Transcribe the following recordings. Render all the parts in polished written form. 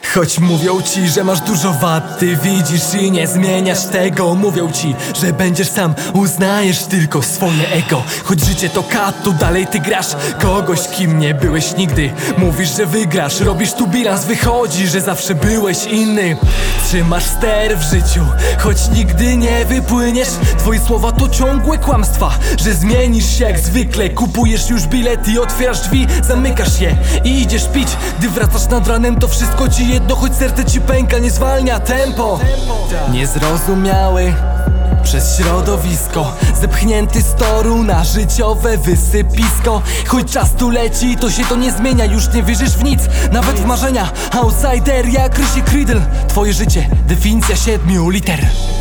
Choć mówią ci, że masz dużo wad, ty widzisz i nie zmieniasz tego. Mówią ci, że będziesz sam, uznajesz tylko swoje ego. Choć życie to kat, to dalej ty grasz kogoś, kim nie byłeś nigdy. Mówisz, że wygrasz, robisz tu bilans, wychodzi, że zawsze byłeś inny. Trzymasz ster w życiu, choć nigdy nie wypłyniesz. Twoje słowa to ciągłe kłamstwa, że zmienisz się jak zwykle. Kupujesz już bilet i otwierasz drzwi, zamykasz je i idziesz pić. Gdy wracasz nad ranem, to wszystko ci jedno, choć serce ci pęka, nie zwalnia tempo. Niezrozumiały przez środowisko, zepchnięty z toru na życiowe wysypisko. Choć czas tu leci, to się to nie zmienia. Już nie wierzysz w nic, nawet w marzenia. Outsider jak Chrissy Cradle. Twoje życie, definicja 7 liter.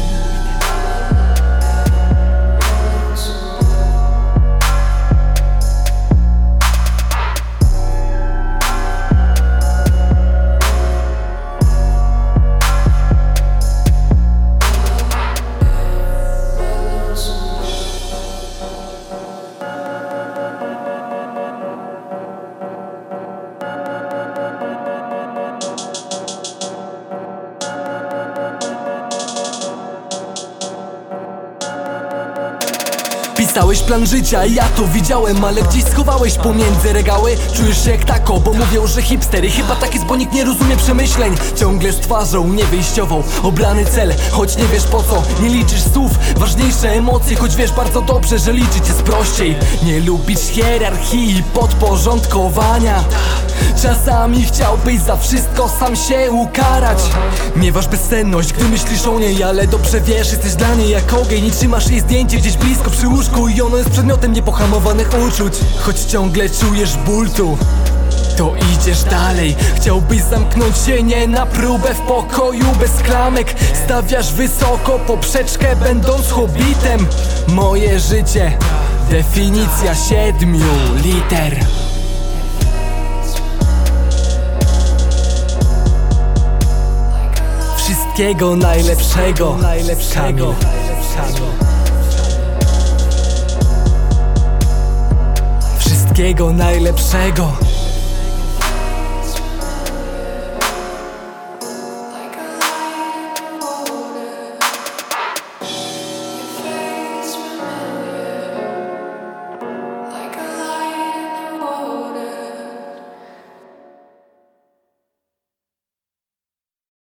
Pisałeś plan życia i ja to widziałem, ale gdzieś schowałeś pomiędzy regały. Czujesz się jak tako, bo mówią, że hipstery chyba tak jest, bo nikt nie rozumie przemyśleń. Ciągle z twarzą niewyjściową, oblany cel, choć nie wiesz po co. Nie liczysz słów, ważniejsze emocje, choć wiesz bardzo dobrze, że liczyć jest prościej. Nie lubisz hierarchii i podporządkowania. Czasami chciałbyś za wszystko sam się ukarać. Miewasz bezsenność, gdy myślisz o niej, ale dobrze wiesz, jesteś dla niej jak ogień. I trzymasz jej zdjęcie gdzieś blisko przy łóżku i ono jest przedmiotem niepohamowanych uczuć. Choć ciągle czujesz ból tu, to idziesz dalej. Chciałbyś zamknąć się nie na próbę w pokoju bez klamek. Stawiasz wysoko poprzeczkę, będąc hobbitem. Moje życie, definicja 7 liter. Wszystkiego najlepszego, Kamil. Wszystkiego najlepszego.